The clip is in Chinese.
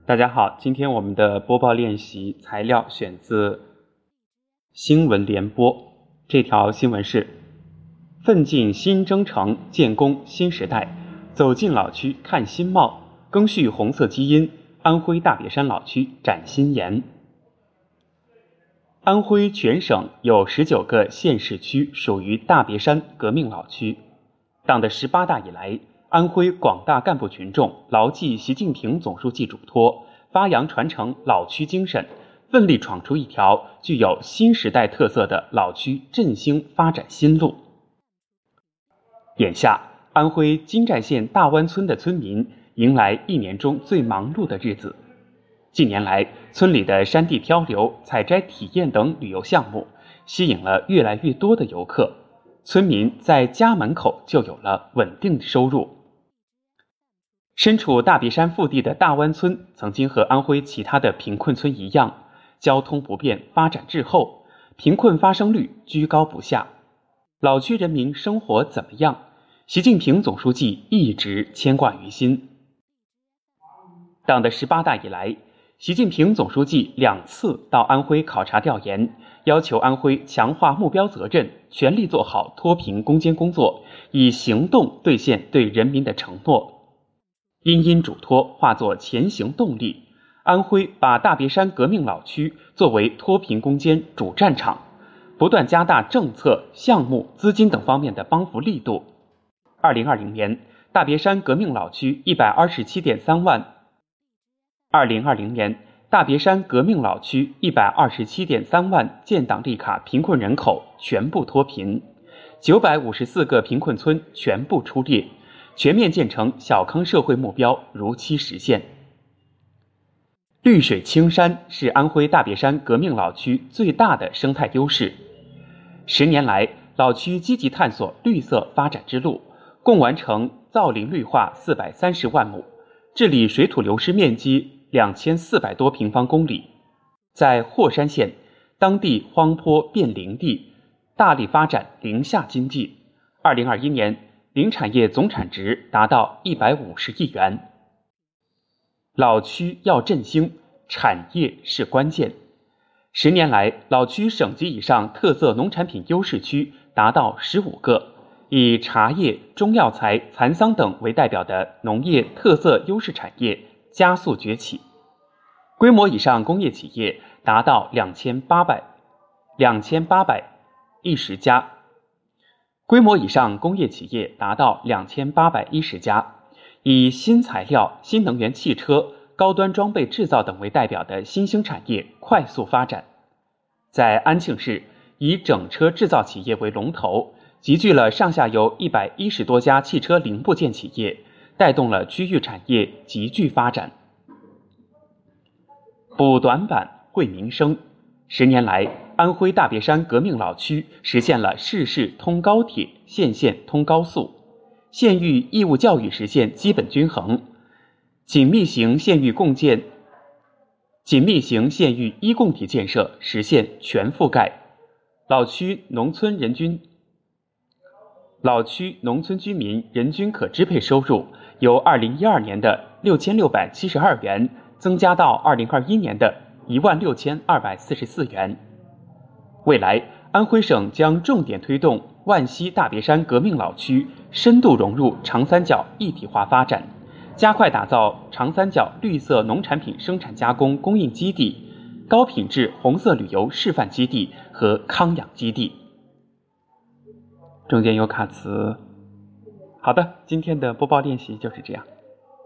大家好，今天我们的播报练习材料选自新闻联播。这条新闻是：奋进新征程，建功新时代，走进老区看新貌，赓续红色基因，安徽大别山老区展新颜。安徽全省有19个县市区属于大别山革命老区。党的18大以来，安徽广大干部群众牢记习近平总书记嘱托，发扬传承老区精神，奋力闯出一条具有新时代特色的老区振兴发展新路。眼下，安徽金寨县大湾村的村民迎来一年中最忙碌的日子。近年来，村里的山地漂流、采摘体验等旅游项目吸引了越来越多的游客，村民在家门口就有了稳定的收入。身处大别山腹地的大湾村曾经和安徽其他的贫困村一样，交通不便，发展滞后，贫困发生率居高不下。老区人民生活怎么样？习近平总书记一直牵挂于心。党的18大以来，习近平总书记2次到安徽考察调研，要求安徽强化目标责任，全力做好脱贫攻坚工作，以行动兑现对人民的承诺。因嘱托化作前行动力，安徽把大别山革命老区作为脱贫攻坚主战场，不断加大政策、项目、资金等方面的帮扶力度。2020年，大别山革命老区127.3万2020年，大别山革命老区127.3万建档立卡贫困人口全部脱贫，954个贫困村全部出列，全面建成小康社会目标如期实现。绿水青山是安徽大别山革命老区最大的生态优势。10年来，老区积极探索绿色发展之路，共完成造林绿化430万亩，治理水土流失面积2400多平方公里。在霍山县，当地荒坡变林地，大力发展林下经济。2021年，林产业总产值达到150亿元。老区要振兴，产业是关键。10年来，老区省级以上特色农产品优势区达到15个，以茶叶、中药材、蚕桑等为代表的农业特色优势产业加速崛起。规模以上工业企业达到2810家。规模以上工业企业达到2810家，以新材料、新能源汽车、高端装备制造等为代表的新兴产业快速发展。在安庆市，以整车制造企业为龙头，集聚了上下游110多家汽车零部件企业，带动了区域产业急剧发展。补短板，惠民生。10年来，安徽大别山革命老区实现了市市通高铁、县县通高速，县域义务教育实现基本均衡，紧密型县域一共体建设实现全覆盖，老区农村居民人均可支配收入由2012年的6672元增加到2021年的16244元。未来，安徽省将重点推动万溪大别山革命老区深度融入长三角一体化发展，加快打造长三角绿色农产品生产加工供应基地、高品质红色旅游示范基地和康养基地。中间有卡词。好的，今天的播报练习就是这样。